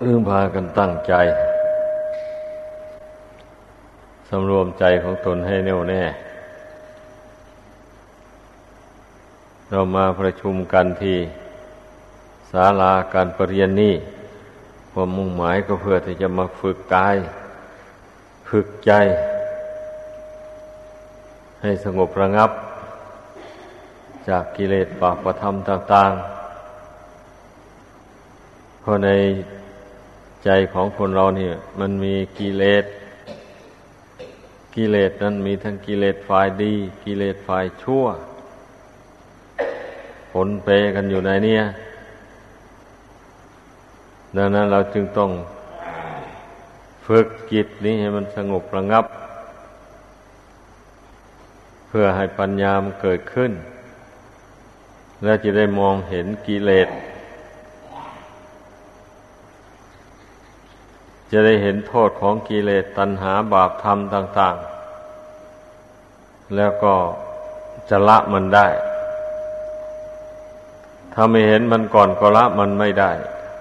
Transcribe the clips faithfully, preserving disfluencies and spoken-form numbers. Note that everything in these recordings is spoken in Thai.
พึงพากันตั้งใจสำรวมใจของตนให้แน่วแน่เรามาประชุมกันที่ศาลาการประเรียนนี้ความมุ่งหมายก็เพื่อที่จะมาฝึกกายฝึกใจให้สงบระงับจากกิเลสบาปธรรมต่างๆเพราะในใจของคนเราเนี่ยมันมีกิเลสกิเลสนั้นมีทั้งกิเลสฝ่ายดีกิเลสฝ่ายชั่วปนเปกันอยู่ในนี้ดังนั้นเราจึงต้องฝึกจิตนี้ให้มันสงบระงับเพื่อให้ปัญญามันเกิดขึ้นและจะได้มองเห็นกิเลสจะได้เห็นโทษของกิเลสตัณหาบาปธรรมต่างๆแล้วก็จะละมันได้ถ้าไม่เห็นมันก่อนก็ละมันไม่ได้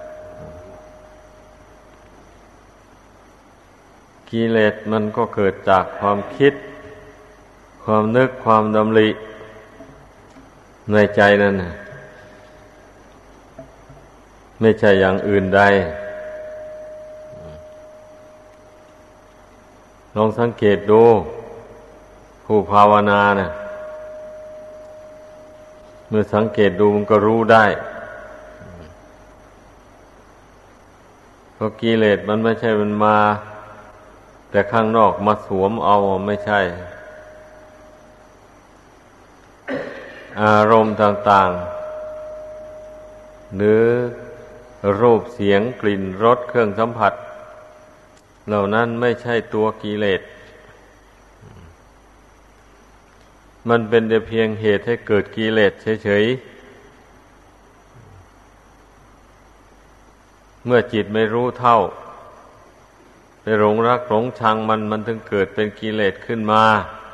กิเลสมันก็เกิดจากความคิดความนึกความดำริในใจนั่นนะไม่ใช่อย่างอื่นใดลองสังเกตดูผู้ภาวนานะเมื่อสังเกตดูมันก็รู้ได้เพราะกิเลสมันไม่ใช่มันมาแต่ข้างนอกมาสวมเอาไม่ใช่อารมณ์ต่างๆหรือรูปเสียงกลิ่นรสเครื่องสัมผัสเหล่านั้นไม่ใช่ตัวกิเลสมันเป็นแต่เพียงเหตุให้เกิดกิเลสเฉยๆเมื่อจิตไม่รู้เท่าไปหลงรักหลงชังมันมันถึงเกิดเป็นกิเลสขึ้นมา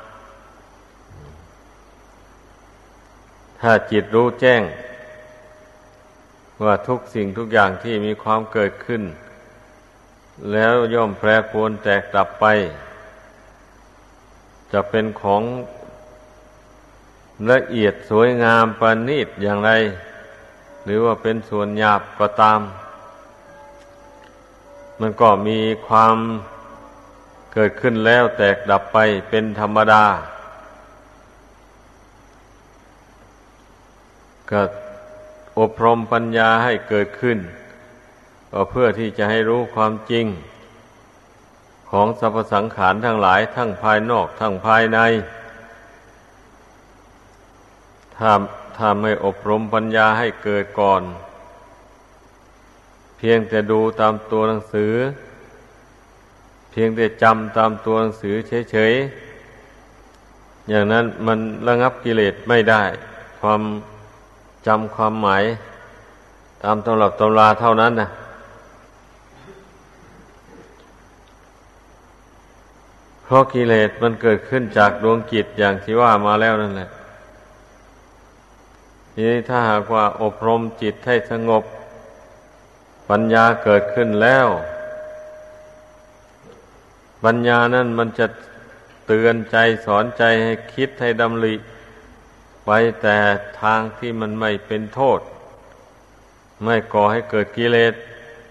ถ้าจิตรู้แจ้งว่าทุกสิ่งทุกอย่างที่มีความเกิดขึ้นแล้วย่อมแปรปรวนแตกดับไปจะเป็นของละเอียดสวยงามประณีตอย่างไรหรือว่าเป็นส่วนหยาบก็ตามมันก็มีความเกิดขึ้นแล้วแตกดับไปเป็นธรรมดาก็อบรมปัญญาให้เกิดขึ้นก็เพื่อที่จะให้รู้ความจริงของสรรพสังขารทั้งหลายทั้งภายนอกทั้งภายในถ้าถ้าไม่อบรมปัญญาให้เกิดก่อนเพียงแต่ดูตามตัวหนังสือเพียงแต่จำตามตัวหนังสือเฉยๆอย่างนั้นมันระงับกิเลสไม่ได้ความจำความหมายตามตำรับตำราเท่านั้นนะเพราะกิเลสมันเกิดขึ้นจากดวงจิตอย่างที่ว่ามาแล้วนั่นแหละทีนี้ถ้าหากว่าอบรมจิตให้สงบปัญญาเกิดขึ้นแล้วปัญญานั้นมันจะเตือนใจสอนใจให้คิดให้ดำริไปแต่ทางที่มันไม่เป็นโทษไม่ก่อให้เกิดกิเลส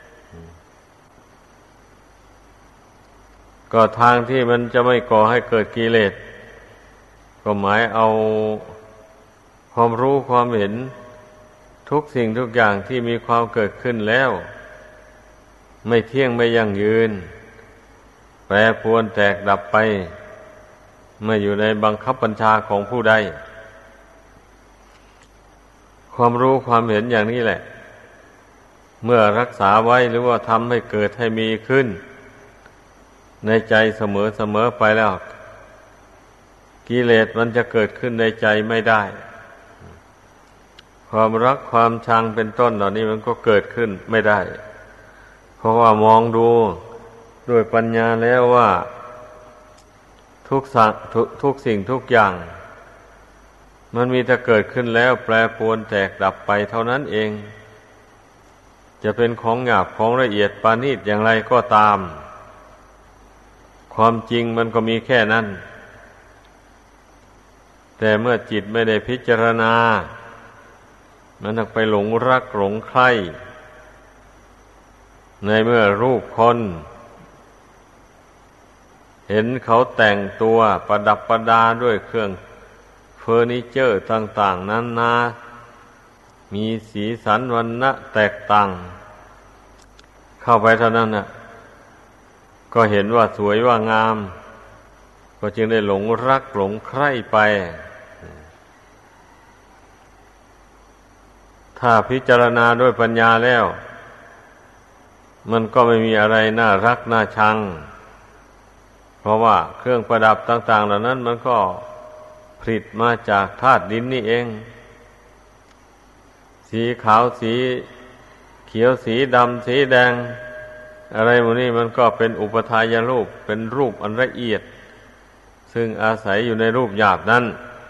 ก็ทางที่มันจะไม่ก่อให้เกิดกิเลสก็หมายเอาความรู้ความเห็นทุกสิ่งทุกอย่างที่มีความเกิดขึ้นแล้วไม่เที่ยงไม่ยั่งยืนแปรปรวนแตกดับไปไม่อยู่ในบังคับบัญชาของผู้ใดความรู้ความเห็นอย่างนี้แหละเมื่อรักษาไว้หรือว่าทำให้เกิดให้มีขึ้นในใจเสมอเสมอไปแล้วกิเลสมันจะเกิดขึ้นในใจไม่ได้ความรักความชังเป็นต้นเหล่านี้มันก็เกิดขึ้นไม่ได้เพราะว่ามองดูด้วยปัญญาแล้วว่าทุกสังทุกทุกสิ่งทุกอย่างมันมีแต่เกิดขึ้นแล้วแปรปรวนแตกดับไปเท่านั้นเองจะเป็นของหยาบของละเอียดปานนีตอย่างไรก็ตามความจริงมันก็มีแค่นั้นแต่เมื่อจิตไม่ได้พิจารณามันถึงไปหลงรักหลงใคร่ในเมื่อรูปคนเห็นเขาแต่งตัวประดับประดาด้วยเครื่องเฟอร์นิเจอร์ต่างๆนานามีสีสันวรรณะแตกต่างเข้าไปเท่านั้นน่ะก็เห็นว่าสวยว่างามก็จึงได้หลงรักหลงใคร่ไปถ้าพิจารณาด้วยปัญญาแล้วมันก็ไม่มีอะไรน่ารักน่าชังเพราะว่าเครื่องประดับต่างๆเหล่านั้นมันก็ผลิตมาจากธาตุดินนี่เองสีขาวสีเขียวสีดำสีแดงอะไรหมดนี้มันก็เป็นอุปทายรูปเป็นรูปอันละเอียดซึ่งอาศัยอยู่ในรูปหยาบนั้น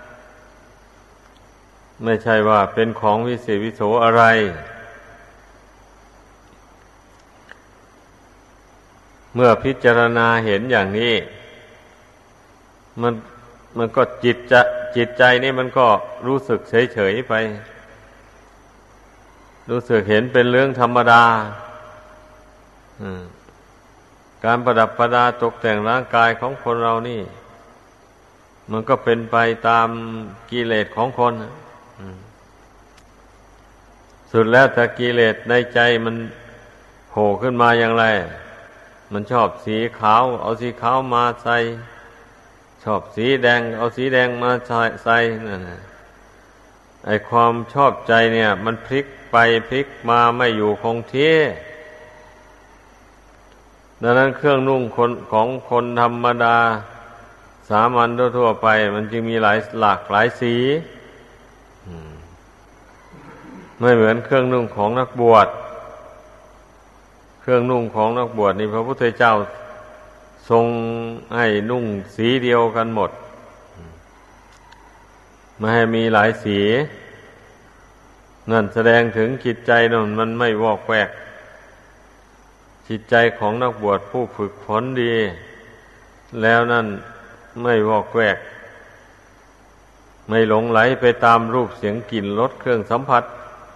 ไม่ใช่ว่าเป็นของวิเศษวิโสอะไรเมื่อพิจารณาเห็นอย่างนี้มันมันก็จิตจะจิตใจนี่มันก็รู้สึกเฉยๆไปรู้สึกเห็นเป็นเรื่องธรรมดาการประดับประดาตกแต่งร่างกายของคนเรานี่มันก็เป็นไปตามกิเลสของคนสุดแล้วแต่กิเลสในใจมันโผล่ขึ้นมาอย่างไรมันชอบสีขาวเอาสีขาวมาใส่ชอบสีแดงเอาสีแดงมาใส่ใส่นั่นน่ะไอ้ความชอบใจเนี่ยมันพลิกไปพลิกมาไม่อยู่คงที่ดังนั้นเครื่องนุ่งคนของคนธรรมดาสามัญทั่วๆไปมันจึงมีหลายหลากหลายสีไม่เหมือนเครื่องนุ่งของนักบวชเครื่องนุ่งของนักบวชนี่พระพุทธเจ้าทรงให้นุ่งสีเดียวกันหมดไม่ให้มีหลายสีนั่นแสดงถึงจิตใจนั่นมันไม่วอกแวกจิตใจของนักบวชผู้ฝึกฝนดีแล้วนั่นไม่วอกแวกไม่หลงไหลไปตามรูปเสียงกลิ่นรสเครื่องสัมผัส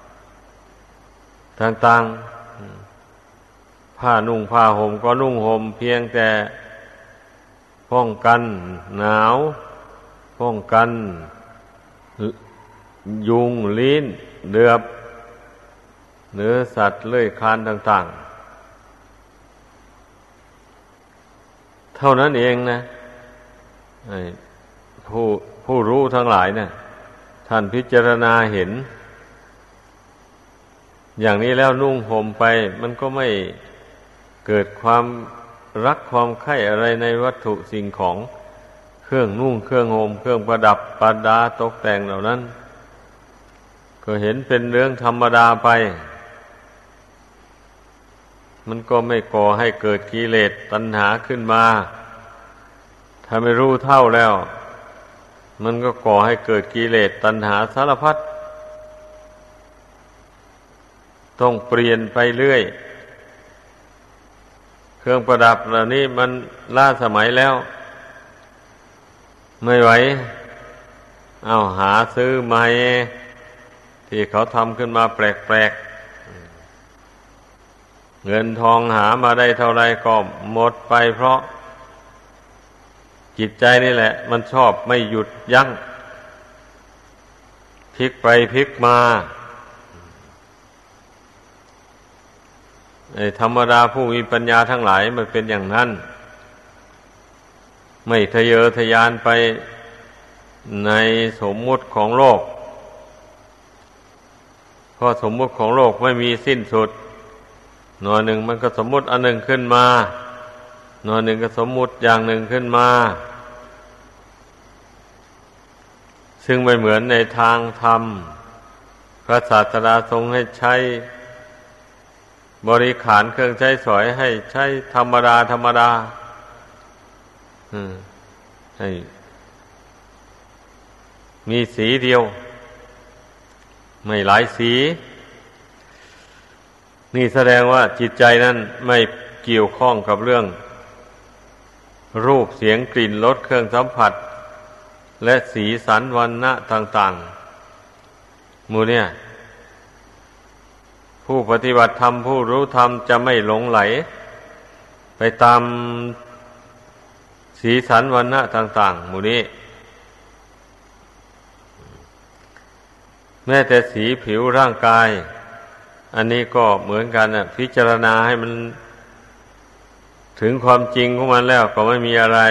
ต่างๆผ้านุ่งผ้าห่มก็นุ่งห่มเพียงแต่ป้องกันหนาวป้องกันยุงลิ้นเดือบเนื้อสัตว์เลื้อยคลานต่างๆเท่านั้นเองนะผู้ผู้รู้ทั้งหลายนะท่านพิจารณาเห็นอย่างนี้แล้วนุ่งห่มไปมันก็ไม่เกิดความรักความใคร่อะไรในวัตถุสิ่งของเครื่องนุ่งเครื่องห่มเครื่องประดับประดาตกแต่งเหล่านั้นก็เห็นเป็นเรื่องธรรมดาไปมันก็ไม่ก่อให้เกิดกิเลสตัณหาขึ้นมาถ้าไม่รู้เท่าแล้วมันก็ก่อให้เกิดกิเลสตัณหาสารพัดต้องเปลี่ยนไปเรื่อยเครื่องประดับเหล่านี้มันล้าสมัยแล้วไม่ไหวเอาหาซื้อใหม่ที่เขาทำขึ้นมาแปลกๆเงินทองหามาได้เท่าไรก็หมดไปเพราะจิตใจนี่แหละมันชอบไม่หยุดยั้งพลิกไปพลิกมาไอ้ธรรมดาผู้มีปัญญาทั้งหลายมันเป็นอย่างนั้นไม่ทะเยอทะยานไปในสมมุติของโลกเพราะสมมุติของโลกไม่มีสิ้นสุดหน่อยหนึ่งมันก็สมมุติอันหนึ่งขึ้นมาหน่อยหนึ่งก็สมมุติอย่างหนึ่งขึ้นมาซึ่งไม่เหมือนในทางธรรมพระศาสดาทรงให้ใช้บริขารเครื่องใช้สอยให้ใช้ธรรมดาธรรมดาให้มีสีเดียวไม่หลายสีนี่แสดงว่าจิตใจนั้นไม่เกี่ยวข้องกับเรื่องรูปเสียงกลิ่นรสเครื่องสัมผัสและสีสันวรรณะต่างๆหมู่เนี่ยผู้ปฏิบัติธรรมผู้รู้ธรรมจะไม่หลงไหลไปตามสีสันวรรณะต่างๆหมู่นี้แม้แต่สีผิวร่างกายอันนี้ก็เหมือนกันน่ะพิจารณาให้มันถึงความจริงของมันแล้วก็ไม่มีอะไร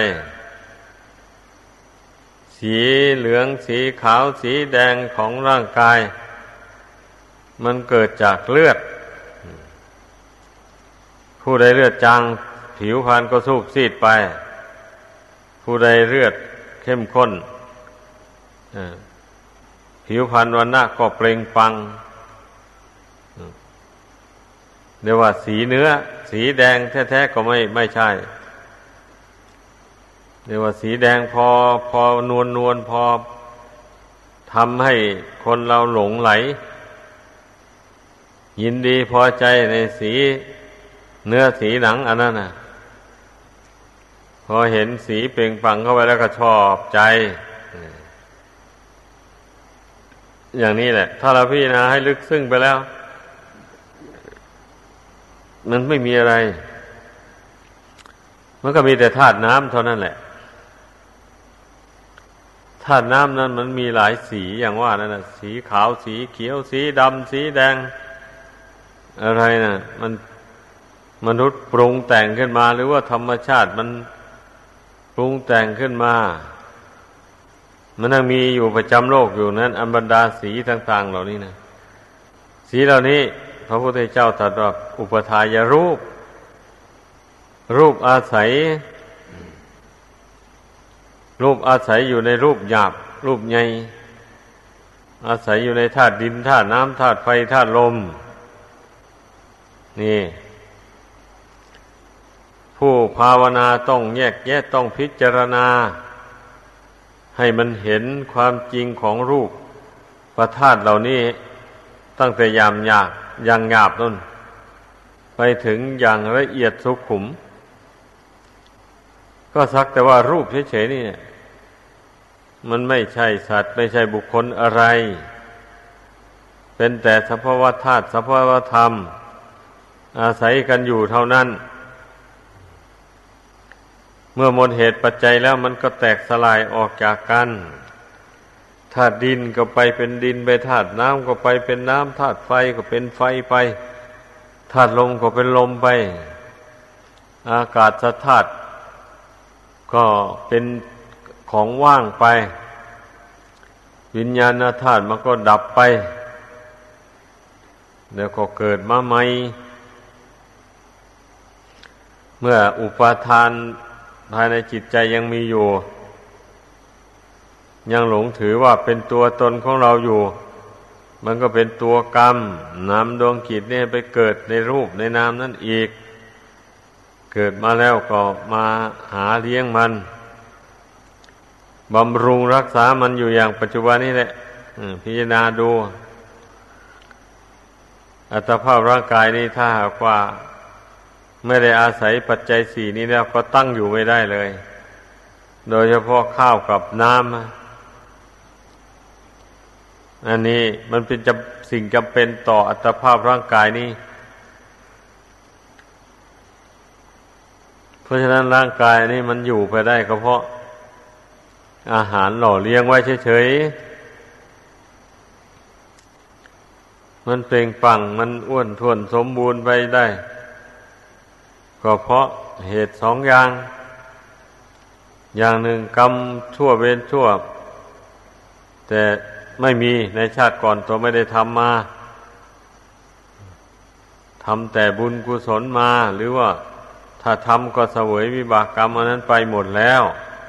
สีเหลืองสีขาวสีแดงของร่างกายมันเกิดจากเลือดผู้ใดเลือดจางผิวพรรณก็สูบซีดไปผู้ใดเลือดเข้มข้นผิวพรรณวรรณะก็เปล่งปลั่งเรียกว่าสีเนื้อสีแดงแท้ๆก็ไม่ไม่ใช่เรียกว่าสีแดงพอพอนวลนวลพอทำให้คนเราหลงไหลยินดีพอใจในสีเนื้อสีหนังอันนั้นน่ะพอเห็นสีเปล่งปลั่งเข้าไปแล้วก็ชอบใจอย่างนี้แหละถ้าเราพิจารณาให้ลึกซึ้งไปแล้วมันไม่มีอะไรมันก็มีแต่ธาตุน้ำเท่านั้นแหละธาตุน้ำนั้นมันมีหลายสีอย่างว่านั่นน่ะสีขาวสีเขียวสีดำสีแดงอะไรน่ะมันมนุษย์ปรุงแต่งขึ้นมาหรือว่าธรรมชาติมันปรุงแต่งขึ้นมามันยังมีอยู่ประจำโลกอยู่นั้นอันบรรดาสีต่างๆเหล่านี้นะสีเหล่านี้พระพุทธเจ้าตรัสว่าอุปทายรูปรูปอาศัยรูปอาศัยอยู่ในรูปหยาบรูปใหญ่อาศัยอยู่ในธาตุดินธาตุน้ำธาตุไฟธาตุลมนี่ผู้ภาวนาต้องแยกแยะต้องพิจารณาให้มันเห็นความจริงของรูปประธาตุเหล่านี้ตั้งแต่ยามหยาบอย่างหยาบนั่นไปถึงอย่างละเอียดสุขุมก็สักแต่ว่ารูปเฉยๆนี่มันไม่ใช่สัตว์ไม่ใช่บุคคลอะไรเป็นแต่สภาวะธาตุสภาวะธรรมอาศัยกันอยู่เท่านั้นเมื่อหมดเหตุปัจจัยแล้วมันก็แตกสลายออกจากกันธาตุดินก็ไปเป็นดินไปธาตุน้ำก็ไปเป็นน้ำธาตุไฟก็เป็นไฟไปธาตุลมก็เป็นลมไปอากาศธาตุก็เป็นของว่างไปวิญญาณธาตุมันก็ดับไปเดี๋ยวก็เกิดมาใหม่เมื่ออุปาทานภายในจิตใจยังมีอยู่ยังหลงถือว่าเป็นตัวตนของเราอยู่มันก็เป็นตัวกรรมนำดวงจิตนี่ไปเกิดในรูปในนามนั่นอีกเกิดมาแล้วก็มาหาเลี้ยงมันบำรุงรักษามันอยู่อย่างปัจจุบันนี้แหละพิจารณาดูอัตภาพร่างกายนี้ถ้าหากว่าไม่ได้อาศัยปัจจัยสี่นี้แล้วก็ตั้งอยู่ไม่ได้เลยโดยเฉพาะข้าวกับน้ำอันนี้มันเป็นจำสิ่งจำเป็นต่ออัตภาพร่างกายนี้เพราะฉะนั้นร่างกายนี้มันอยู่ไปได้ก็เพราะอาหารหล่อเลี้ยงไว้เฉยๆมันเปล่งปลั่งมันอ้วนท้วนสมบูรณ์ไปได้ก็เพราะเหตุสองอย่างอย่างหนึ่งกรรมชั่วเวรชั่วแต่ไม่มีในชาติก่อนตัวไม่ได้ทำมาทำแต่บุญกุศลมาหรือว่าถ้าทำก็เสวยวิบากกรรมอันนั้นไปหมดแล้ว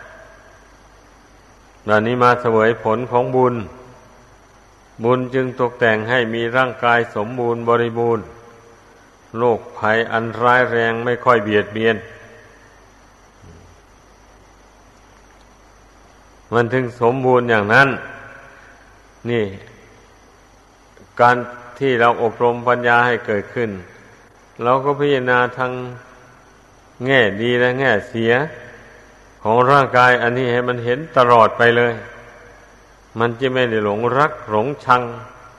ดังนี้มาเสวยผลของบุญบุญจึงตกแต่งให้มีร่างกายสมบูรณ์บริบูรณ์โรคภัยอันร้ายแรงไม่ค่อยเบียดเบียนมันถึงสมบูรณ์อย่างนั้นนี่การที่เราอบรมปัญญาให้เกิดขึ้นเราก็พิจารณาทางแง่ดีและแง่เสียของร่างกายอันนี้ให้มันเห็นตลอดไปเลยมันจะไม่ได้หลงรักหลงชัง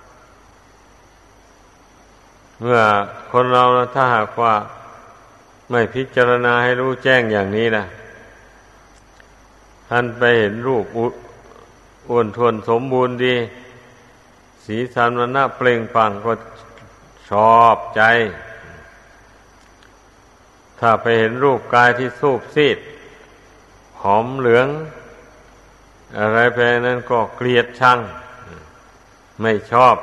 เมื่อคนเราถ้าหากว่าไม่พิจารณาให้รู้แจ้งอย่างนี้นะท่านไปเห็นรูปอ้วนท้วนสมบูรณ์ดีสีสันวันน่าเปล่งปลั่งก็ชอบใจถ้าไปเห็นรูปกายที่สูบซีดหอมเหลืองอะไรไปนั้นก็เกลียดชังไม่ชอบ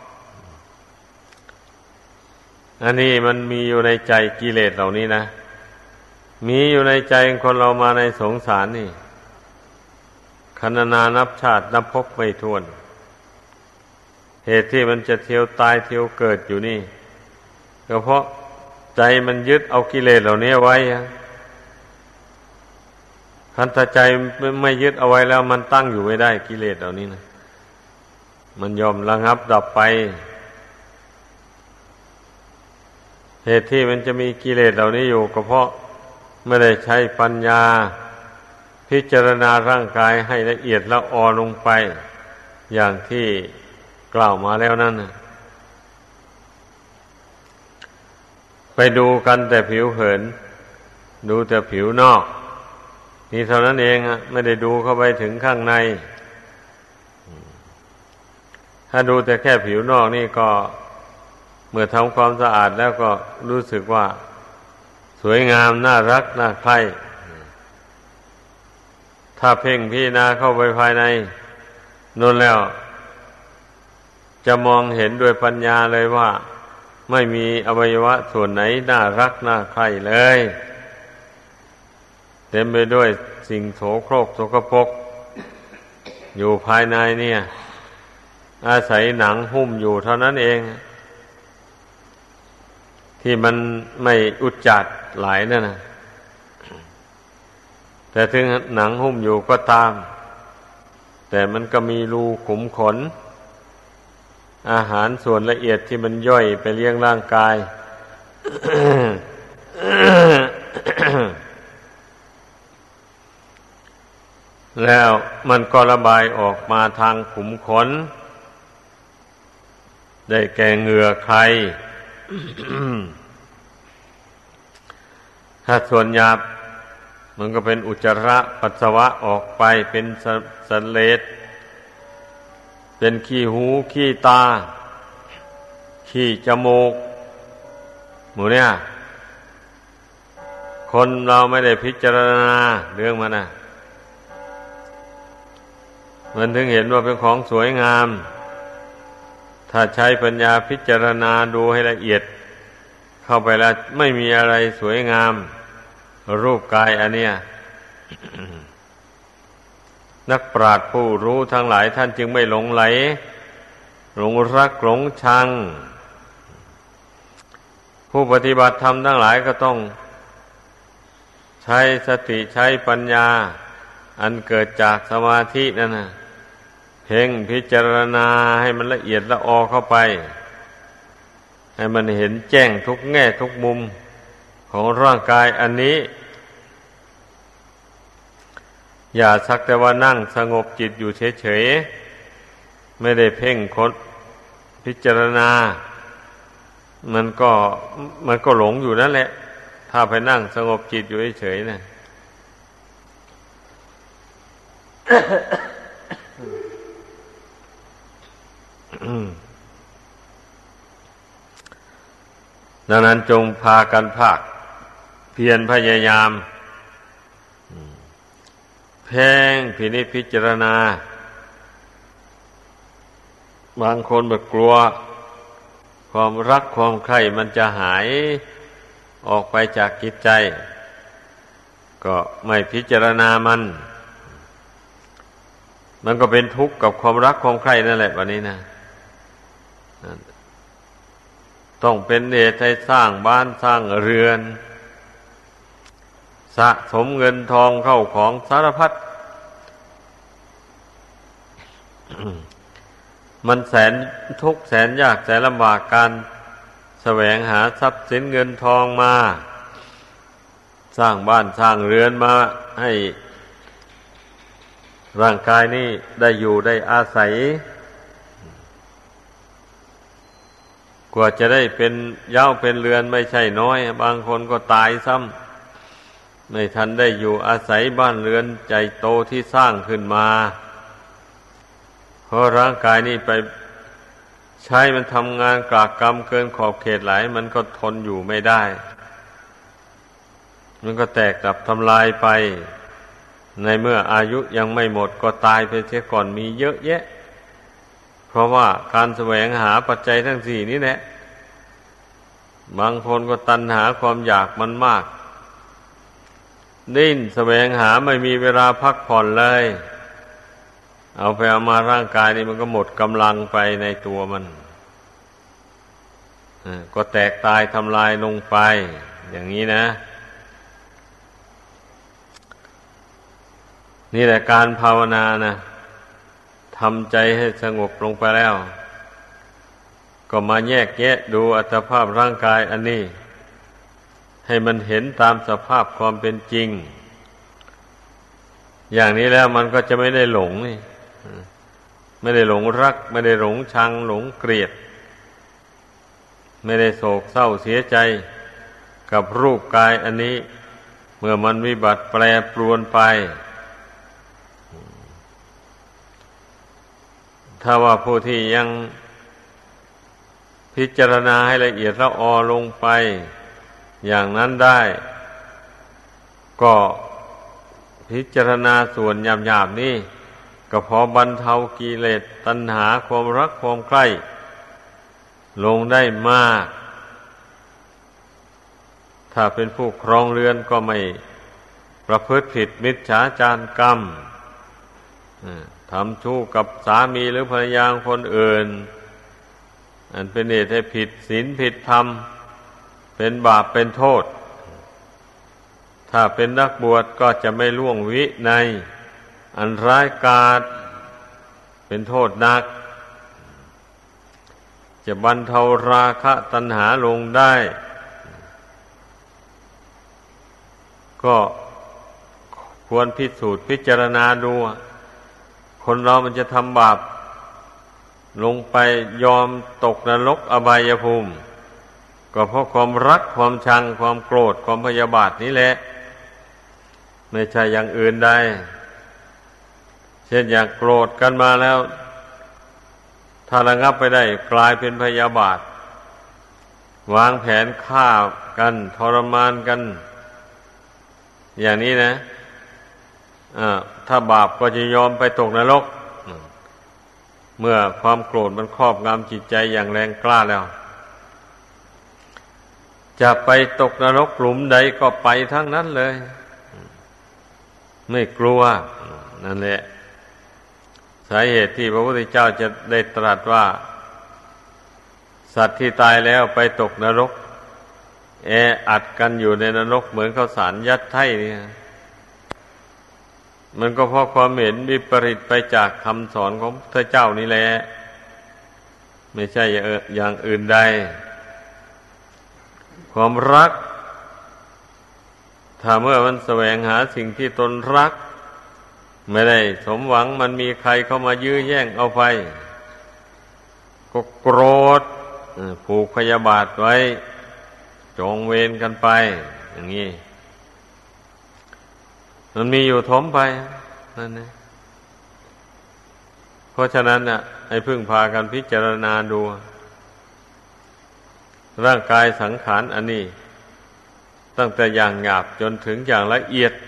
อันนี้มันมีอยู่ในใจกิเลสเหล่านี้นะมีอยู่ในใจคนเรามาในสงสารนี่คณนานับชาตินับภพไม่ถ้วนเหตุที่มันจะเที่ยวตายเที่ยวเกิดอยู่นี่ก็เพราะใจมันยึดเอากิเลสเหล่านี้ไว้คันถ้าใจไม่ยึดเอาไว้แล้วมันตั้งอยู่ไม่ได้กิเลสเหล่านี้นะมันยอมระงับดับไปเหตุที่มันจะมีกิเลสเหล่านี้อยู่ก็เพราะไม่ได้ใช้ปัญญาพิจารณาร่างกายให้ละเอียดละออลงไปอย่างที่กล่าวมาแล้วนั่นนะไปดูกันแต่ผิวเผินดูแต่ผิวนอกนี่เท่านั้นเองอ่ะไม่ได้ดูเข้าไปถึงข้างในถ้าดูแต่แค่ผิวนอกนี่ก็เมื่อทำความสะอาดแล้วก็รู้สึกว่าสวยงามน่ารักน่าใคร่ถ้าเพ่งพิจารณาเข้าไปภายในนั่นแล้วจะมองเห็นด้วยปัญญาเลยว่าไม่มีอวัยวะส่วนไหนน่ารักน่าใคร่เลยเต็มไปด้วยสิ่งโสโครกสกปรกอยู่ภายในเนี่ยอาศัยหนังหุ้มอยู่เท่านั้นเองที่มันไม่อุจจาระไหลนั่นนะแต่ถึงหนังหุ้มอยู่ก็ตามแต่มันก็มีรูขุมขนอาหารส่วนละเอียดที่มันย่อยไปเลี้ยงร่างกาย แล้วมันก็ระบายออกมาทางขุมขนได้แก่เหงื่อใคร ถ้าส่วนหยาบมันก็เป็นอุจจาระปัสสาวะออกไปเป็นสเลดเป็นขี้หูขี้ตาขี้จมูกหมูเนี่ยคนเราไม่ได้พิจารณาเรื่องมันนะมันถึงเห็นว่าเป็นของสวยงามถ้าใช้ปัญญาพิจารณาดูให้ละเอียดเข้าไปแล้วไม่มีอะไรสวยงามรูปกายอันเนี้ย นักปราชญ์ผู้รู้ทั้งหลายท่านจึงไม่หลงไหลหลงรักหลงชังผู้ปฏิบัติธรรมทั้งหลายก็ต้องใช้สติใช้ปัญญาอันเกิดจากสมาธินั่นนะเพ่งพิจารณาให้มันละเอียดละออเข้าไปให้มันเห็นแจ้งทุกแง่ทุกมุมของร่างกายอันนี้อย่าสักแต่ว่านั่งสงบจิตอยู่เฉยๆไม่ได้เพ่งค้นพิจารณามันก็มันก็หลงอยู่นั่นแหละถ้าไปนั่งสงบจิตอยู่เฉยๆนะดังนั้นจงพากันภาคเพียรพยายามเพ่งพินิจพิจารณาบางคนแบบกลัวความรักความใคร่มันจะหายออกไปจากจิตใจก็ไม่พิจารณามันมันก็เป็นทุกข์กับความรักความใคร่นั่นแหละวันนี้นะต้องเป็นเหตุให้สร้างบ้านสร้างเรือนสะสมเงินทองเข้าของสารพัด มันแสนทุกข์แสนยากแสนลำบากการแสวงหาทรัพย์สินเงินทองมาสร้างบ้านสร้างเรือนมาให้ร่างกายนี้ได้อยู่ได้อาศัยกว่าจะได้เป็นเย้าเป็นเรือนไม่ใช่น้อยบางคนก็ตายซ้ำไม่ทันได้อยู่อาศัยบ้านเรือนใจโตที่สร้างขึ้นมาเพราะร่างกายนี้ไปใช้มันทำงานกลากกรรมเกินขอบเขตหลายมันก็ทนอยู่ไม่ได้มันก็แตกดับทำลายไปในเมื่ออายุยังไม่หมดก็ตายไปเสียก่อนมีเยอะแยะเพราะว่าการแสวงหาปัจจัยทั้งสี่นี้แหละบางคนก็ตัณหาความอยากมันมากดิ้นแสวงหาไม่มีเวลาพักผ่อนเลยเอาไปเอามาร่างกายนี่มันก็หมดกำลังไปในตัวมันก็แตกตายทำลายลงไปอย่างนี้นะนี่แหละการภาวนานะทำใจให้สงบลงไปแล้วก็มาแยกแยะดูอัตภาพร่างกายอันนี้ให้มันเห็นตามสภาพความเป็นจริงอย่างนี้แล้วมันก็จะไม่ได้หลงนี่ไม่ได้หลงรักไม่ได้หลงชังหลงเกลียดไม่ได้โศกเศร้าเสียใจกับรูปกายอันนี้เมื่อมันวิบัติแปรปรวนไปถ้าว่าผู้ที่ยังพิจารณาให้ละเอียดละออลงไปอย่างนั้นได้ก็พิจารณาส่วนหยาบๆนี่ก็พอบรรเทากิเลสตัณหาความรักความใคร่ลงได้มากถ้าเป็นผู้ครองเรือนก็ไม่ประพฤติผิดมิจฉาจารกรรมทำชู้กับสามีหรือภรรยาคนอื่นอันเป็นเหตุให้ผิดศีลผิดธรรมเป็นบาปเป็นโทษถ้าเป็นนักบวชก็จะไม่ล่วงวินัยอันร้ายกาจเป็นโทษหนักจะบรรเทาราคะตัณหาลงได้ก็ควรพิสูจน์พิจารณาดูคนเรามันจะทำบาปลงไปยอมตกนรกอบายภูมิก็เพราะความรักความชังความโกรธความพยาบาทนี้แหละไม่ใช่อย่างอื่นใดเช่นอยากโกรธกันมาแล้วถ้าระงับไปได้กลายเป็นพยาบาทวางแผนฆ่ากันทรมานกันอย่างนี้นะถ้าบาปก็จะยอมไปตกนรกเมื่อความโกรธมันครอบงำจิตใจอย่างแรงกล้าแล้วจะไปตกนรกหลุมใดก็ไปทั้งนั้นเลยไม่กลัวนั่นแหละสาเหตุที่พระพุทธเจ้าจะได้ตรัสว่าสัตว์ที่ตายแล้วไปตกนรกแออัดกันอยู่ในนรกเหมือนข้าวสารยัดไถ่เนี่ยมันก็เพราะความเห็นวิปริตไปจากคำสอนของพระเจ้านี่แหละไม่ใช่อย่างอื่นใดความรักถ้าเมื่อมันแสวงหาสิ่งที่ตนรักไม่ได้สมหวังมันมีใครเข้ามายื้อแย่งเอาไปก็โกรธผูกพยาบาทไว้จองเวรกันไปอย่างนี้มันมีอยู่ถมไปนั่นนะเพราะฉะนั้นน่ะให้พึ่งพากันพิจารณาดูร่างกายสังขารอันนี้ตั้งแต่อย่างหยาบจนถึงอย่างละเอียด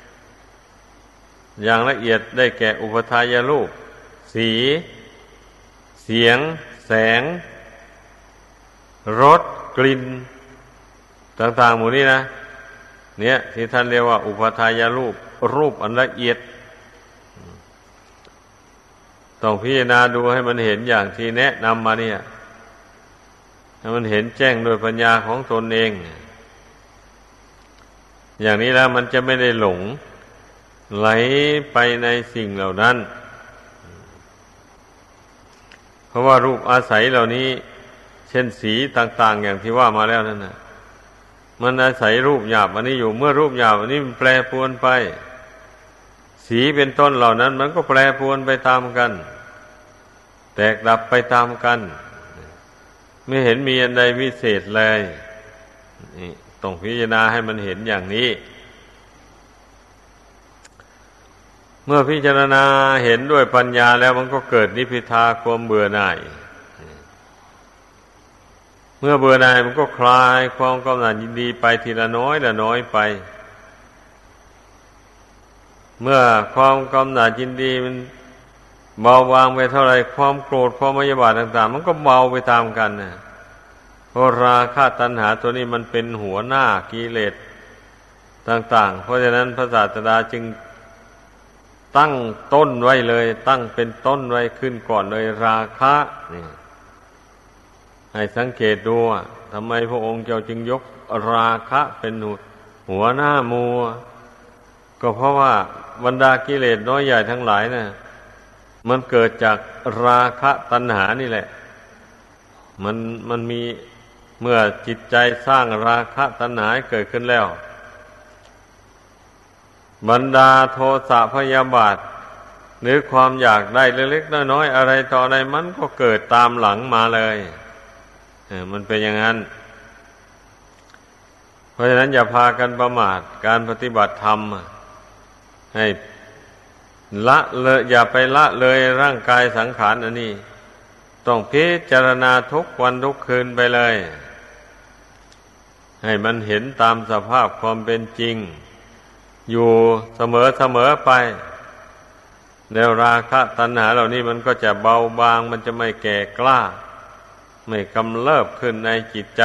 อย่างละเอียดได้แก่อุปทายรูปสีเสียงแสงรสกลิ่นต่างๆหมู่นี้นะเนี่ยที่ท่านเรียกว่าอุปทายรูปรูปอันละเอียดต้องพิจารณาดูให้มันเห็นอย่างที่แนะนำมาเนี่ยให้มันเห็นแจ้งโดยปัญญาของตนเองอย่างนี้แล้วมันจะไม่ได้หลงไหลไปในสิ่งเหล่านั้นเพราะว่ารูปอาศัยเหล่านี้เช่นสีต่างๆอย่างที่ว่ามาแล้วนั่นนะมันอาศัยรูปหยาบอันนี้อยู่เมื่อรูปหยาบอันนี้มันแปรปรวนไปสีเป็นต้นเหล่านั้นมันก็แปรปรวนไปตามกันแตกดับไปตามกันไม่เห็นมีอันใดวิเศษเลยนี่ต้องพิจารณาให้มันเห็นอย่างนี้เมื่อพิจารณาเห็นด้วยปัญญาแล้วมันก็เกิดนิพพิทาความเบื่อหน่ายเมื่อเบื่อหน่ายมันก็คลายความกำหนัดยินดีไปทีละน้อยละน้อยไปเมื่อความกำหนัดยินดีมันเบาบางไปเท่าไรความโกรธความพยาบาทต่างๆมันก็เบาไปตามกันนะเพราะราคะตัณหาตัวนี้มันเป็นหัวหน้ากิเลสต่างๆเพราะฉะนั้นพระศาสดาจึงตั้งต้นไว้เลยตั้งเป็นต้นไว้ขึ้นก่อนเลยราคะนี่ให้สังเกตดูทำไมพระองค์เจ้าจึงยกราคะเป็นหัวหน้าหมู่ก็เพราะว่าบรรดากิเลสน้อยใหญ่ทั้งหลายนะ่ะมันเกิดจากราคะตัณหานี่แหละมันมันมีเมื่อจิตใจสร้างราคะตัณหาเกิดขึ้นแล้วบรรดาโทสะพยาบาทหรือความอยากได้เล็กๆน้อยๆอะไรต่ออะไรมันก็เกิดตามหลังมาเลยเออมันเป็นอย่างนั้นเพราะฉะนั้นอย่าพากันประมาทการปฏิบัติธรรมให้ละเลยอย่าไปละเลยร่างกายสังขารอันนี้ต้องพิจารณาทุกวันทุกคืนไปเลยให้มันเห็นตามสภาพความเป็นจริงอยู่เสมอเสมอไปแล้วราคะตัณหาเหล่านี้มันก็จะเบาบางมันจะไม่แก่กล้าไม่กำเริบขึ้นในจิตใจ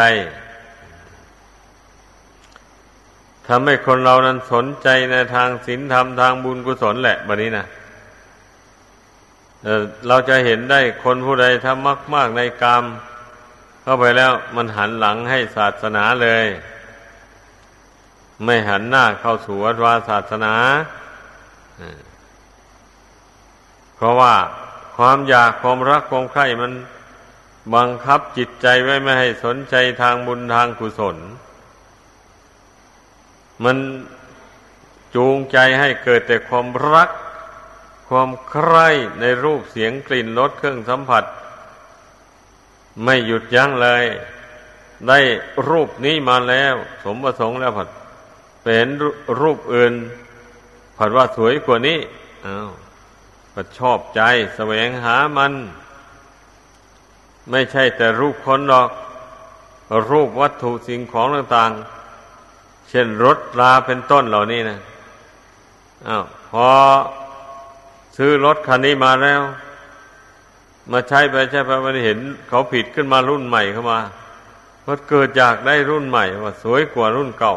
ทำให้คนเรานั้นสนใจในทางศีลธรรมทางบุญกุศลแหละบัดนี้นะเอ่อเราจะเห็นได้คนผู้ใดทำมากๆในกามเข้าไปแล้วมันหันหลังให้ศาสนาเลยไม่หันหน้าเข้าสู่วัดวาศาสนาเพราะว่าความอยากความรักความใคร่มันบังคับจิตใจไว้ไม่ให้สนใจทางบุญทางกุศลมันจูงใจให้เกิดแต่ความรักความใคร่ในรูปเสียงกลิ่นรสเครื่องสัมผัสไม่หยุดยั้งเลยได้รูปนี้มาแล้วสมประสงค์แล้วผัดเป็นรูปอื่นผัดว่าสวยกว่านี้อ้าวผัดชอบใจแสวงหามันไม่ใช่แต่รูปคนหรอกรูปวัตถุสิ่งของต่างๆเช่นรถราเป็นต้นเหล่านี้นะอ้าวพอซื้อรถคันนี้มาแล้วมาใช้ไปใช้ไปมันเห็นเขาผิดขึ้นมารุ่นใหม่เข้ามาก็เกิดจากได้รุ่นใหม่ว่าสวยกว่ารุ่นเก่า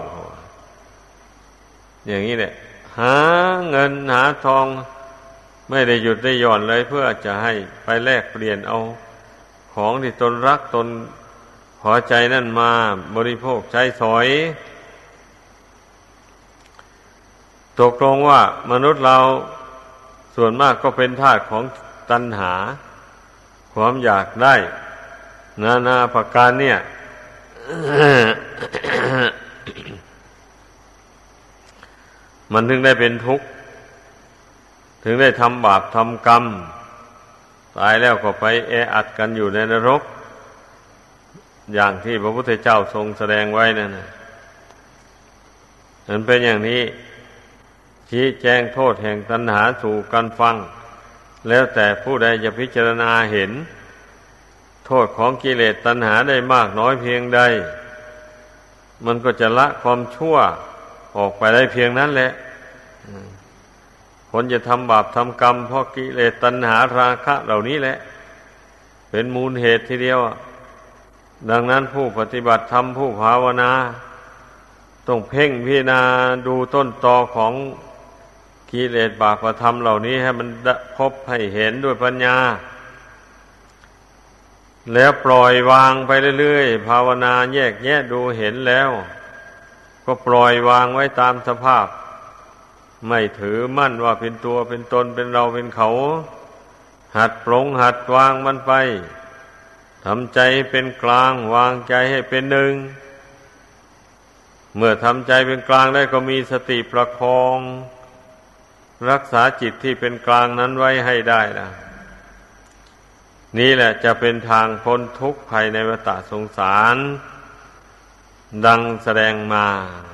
อย่างนี้แหละหาเงินหาทองไม่ได้หยุดได้หย่อนเลยเพื่อจะให้ไปแลกเปลี่ยนเอาของที่ตนรักตนพอใจนั่นมาบริโภคใช้สอยตกลงว่ามนุษย์เราส่วนมากก็เป็นทาสของตัณหาความอยากได้นานาประการเนี่ย มันถึงได้เป็นทุกข์ถึงได้ทำบาปทำกรรมตายแล้วก็ไปแออัดกันอยู่ในนรกอย่างที่พระพุทธเจ้าทรงแสดงไว้นั่นนะมันเป็นอย่างนี้ชี้แจงโทษแห่งตัณหาสู่กันฟังแล้วแต่ผู้ใดจะพิจารณาเห็นโทษของกิเลสตัณหาได้มากน้อยเพียงใดมันก็จะละความชั่วออกไปได้เพียงนั้นแหละคนจะทำบาปทำกรรมเพราะกิเลสตัณหาราคะเหล่านี้แหละเป็นมูลเหตุทีเดียวดังนั้นผู้ปฏิบัติธรรมผู้ภาวนาต้องเพ่งพิจารณาดูต้นตอของกิเลสบาปธรรมเหล่านี้ให้มันพบให้เห็นด้วยปัญญาแล้วปล่อยวางไปเรื่อยๆภาวนาแยกแยะดูเห็นแล้วก็ปล่อยวางไว้ตามสภาพไม่ถือมั่นว่าเป็นตัวเป็นตนเป็นเราเป็นเขาหัดปรงหัดวางมันไปทำใจให้เป็นกลางวางใจให้เป็นหนึ่งเมื่อทำใจเป็นกลางได้ก็มีสติประคองรักษาจิตที่เป็นกลางนั้นไว้ให้ได้นะนี่แหละจะเป็นทางพ้นทุกข์ภายในวัฏสงสารดังแสดงมา